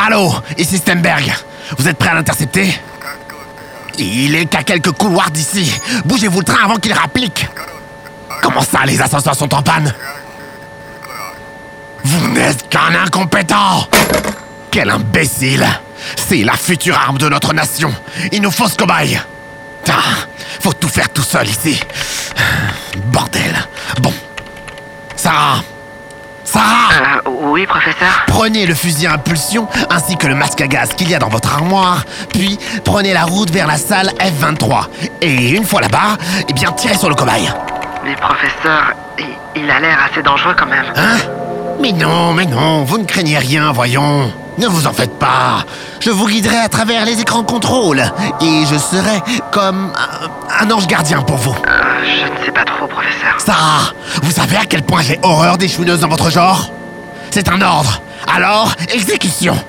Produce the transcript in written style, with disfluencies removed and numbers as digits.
Allô, ici Stenberg. Vous êtes prêt à l'intercepter? Il est qu'à quelques couloirs d'ici. Bougez-vous le train avant qu'il rapplique. Comment ça, les ascenseurs sont en panne? Vous n'êtes qu'un incompétent! Quel imbécile! C'est la future arme de notre nation. Il nous faut ce cobaye. Faut tout faire tout seul ici. Bordel. Bon. Sarah! Oui, professeur? Prenez le fusil à impulsion ainsi que le masque à gaz qu'il y a dans votre armoire, puis prenez la route vers la salle F23. Et une fois là-bas, eh bien, tirez sur le cobaye. Mais professeur, il a l'air assez dangereux quand même. Hein? Mais non, vous ne craignez rien, voyons. Ne vous en faites pas. Je vous guiderai à travers les écrans de contrôle. Et je serai comme un ange gardien pour vous. Je ne sais pas trop, professeur. Sarah, vous savez à quel point j'ai horreur des chouineuses dans votre genre? C'est un ordre. Alors, exécution.